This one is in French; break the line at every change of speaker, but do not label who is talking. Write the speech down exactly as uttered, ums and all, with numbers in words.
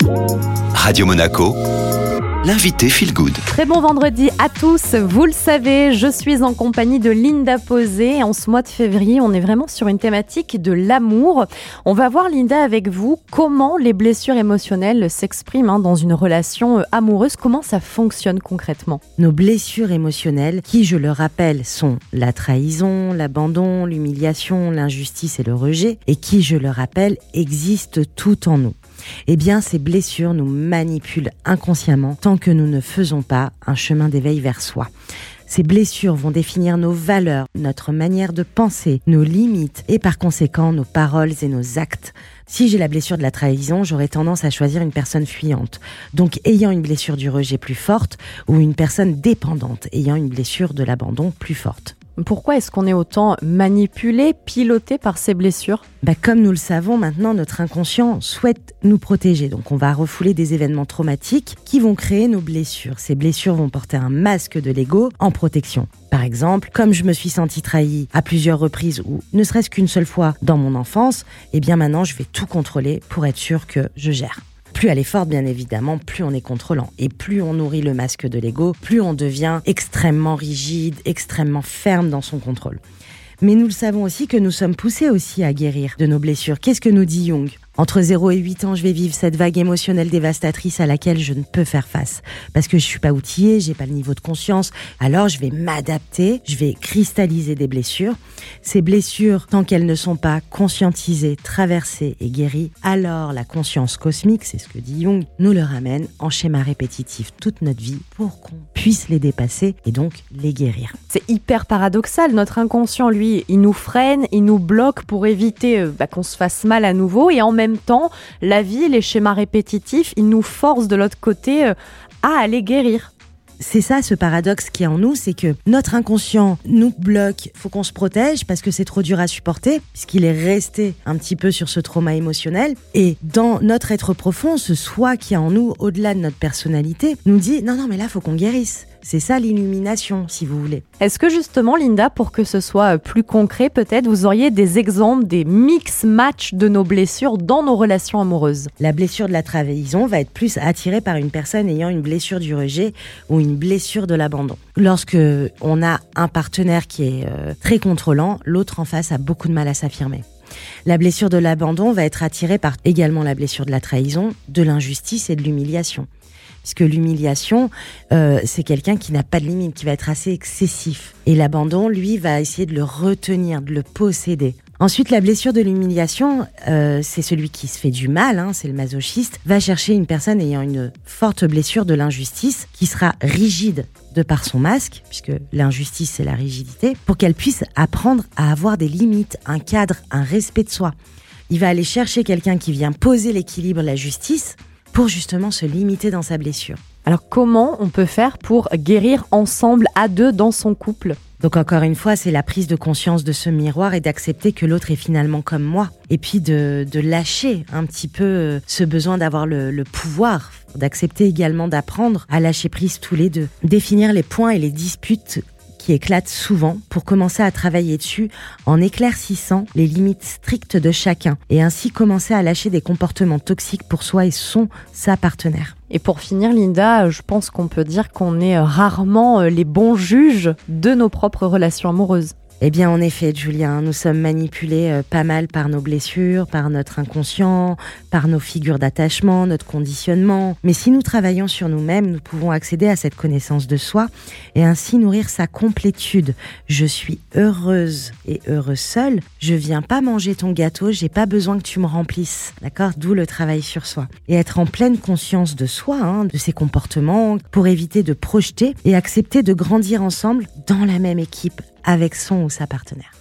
Radio Monaco, l'invité Feel Good.
Très bon vendredi à tous. Vous le savez, je suis en compagnie de Linda Posé. En ce mois de février, on est vraiment sur une thématique de l'amour. On va voir, Linda, avec vous, comment les blessures émotionnelles s'expriment hein, dans une relation amoureuse. Comment ça fonctionne concrètement ?
Nos blessures émotionnelles, qui, je le rappelle, sont la trahison, l'abandon, l'humiliation, l'injustice et le rejet, et qui, je le rappelle, existent tout en nous. Eh bien, ces blessures nous manipulent inconsciemment tant que nous ne faisons pas un chemin d'éveil vers soi. Ces blessures vont définir nos valeurs, notre manière de penser, nos limites et par conséquent nos paroles et nos actes. Si j'ai la blessure de la trahison, j'aurais tendance à choisir une personne fuyante, donc ayant une blessure du rejet plus forte, ou une personne dépendante, ayant une blessure de l'abandon plus forte.
Pourquoi est-ce qu'on est autant manipulé, piloté par ces blessures ?
Bah, comme nous le savons maintenant, notre inconscient souhaite nous protéger. Donc on va refouler des événements traumatiques qui vont créer nos blessures. Ces blessures vont porter un masque de l'ego en protection. Par exemple, comme je me suis sentie trahie à plusieurs reprises ou ne serait-ce qu'une seule fois dans mon enfance, eh bien maintenant je vais tout contrôler pour être sûr que je gère. Plus elle est forte, bien évidemment, plus on est contrôlant. Et plus on nourrit le masque de l'ego, plus on devient extrêmement rigide, extrêmement ferme dans son contrôle. Mais nous le savons aussi que nous sommes poussés aussi à guérir de nos blessures. Qu'est-ce que nous dit Jung ? Entre zéro et huit ans, je vais vivre cette vague émotionnelle dévastatrice à laquelle je ne peux faire face. Parce que je suis pas outillée, j'ai pas le niveau de conscience. Alors je vais m'adapter, je vais cristalliser des blessures. Ces blessures, tant qu'elles ne sont pas conscientisées, traversées et guéries, alors la conscience cosmique, c'est ce que dit Jung, nous le ramène en schéma répétitif toute notre vie pour qu'on puisse les dépasser et donc les guérir.
C'est hyper paradoxal. Notre inconscient, lui, il nous freine, il nous bloque pour éviter euh, bah, qu'on se fasse mal à nouveau et en même temps, la vie, les schémas répétitifs, ils nous forcent de l'autre côté euh, à aller guérir.
C'est ça ce paradoxe qui est en nous, c'est que notre inconscient nous bloque, faut qu'on se protège parce que c'est trop dur à supporter, puisqu'il est resté un petit peu sur ce trauma émotionnel. Et dans notre être profond, ce soi qui est en nous, au-delà de notre personnalité, nous dit non, non, mais là, faut qu'on guérisse. C'est ça l'illumination, si vous voulez.
Est-ce que justement, Linda, pour que ce soit plus concret, peut-être, vous auriez des exemples, des mix-match de nos blessures dans nos relations amoureuses ?
La blessure de la trahison va être plus attirée par une personne ayant une blessure du rejet ou une blessure de l'abandon. Lorsque on a un partenaire qui est euh, très contrôlant, l'autre en face a beaucoup de mal à s'affirmer. La blessure de l'abandon va être attirée par également la blessure de la trahison, de l'injustice et de l'humiliation. Puisque l'humiliation, euh, c'est quelqu'un qui n'a pas de limite, qui va être assez excessif. Et l'abandon, lui, va essayer de le retenir, de le posséder. Ensuite, la blessure de l'humiliation, euh, c'est celui qui se fait du mal, hein, c'est le masochiste, va chercher une personne ayant une forte blessure de l'injustice, qui sera rigide de par son masque, puisque l'injustice, c'est la rigidité, pour qu'elle puisse apprendre à avoir des limites, un cadre, un respect de soi. Il va aller chercher quelqu'un qui vient poser l'équilibre, la justice, pour justement se limiter dans sa blessure.
Alors comment on peut faire pour guérir ensemble à deux dans son couple ?
Donc encore une fois, c'est la prise de conscience de ce miroir et d'accepter que l'autre est finalement comme moi. Et puis de, de lâcher un petit peu ce besoin d'avoir le, le pouvoir, d'accepter également d'apprendre à lâcher prise tous les deux. Définir les points et les disputes qui éclatent souvent pour commencer à travailler dessus en éclaircissant les limites strictes de chacun et ainsi commencer à lâcher des comportements toxiques pour soi et son, sa partenaire.
Et pour finir, Linda, je pense qu'on peut dire qu'on est rarement les bons juges de nos propres relations amoureuses.
Eh bien, en effet, Julien, nous sommes manipulés euh, pas mal par nos blessures, par notre inconscient, par nos figures d'attachement, notre conditionnement. Mais si nous travaillons sur nous-mêmes, nous pouvons accéder à cette connaissance de soi et ainsi nourrir sa complétude. Je suis heureuse et heureux seule. Je viens pas manger ton gâteau, j'ai pas besoin que tu me remplisses. D'accord ? D'où le travail sur soi. Et être en pleine conscience de soi, hein, de ses comportements, pour éviter de projeter et accepter de grandir ensemble dans la même équipe avec son ou sa partenaire.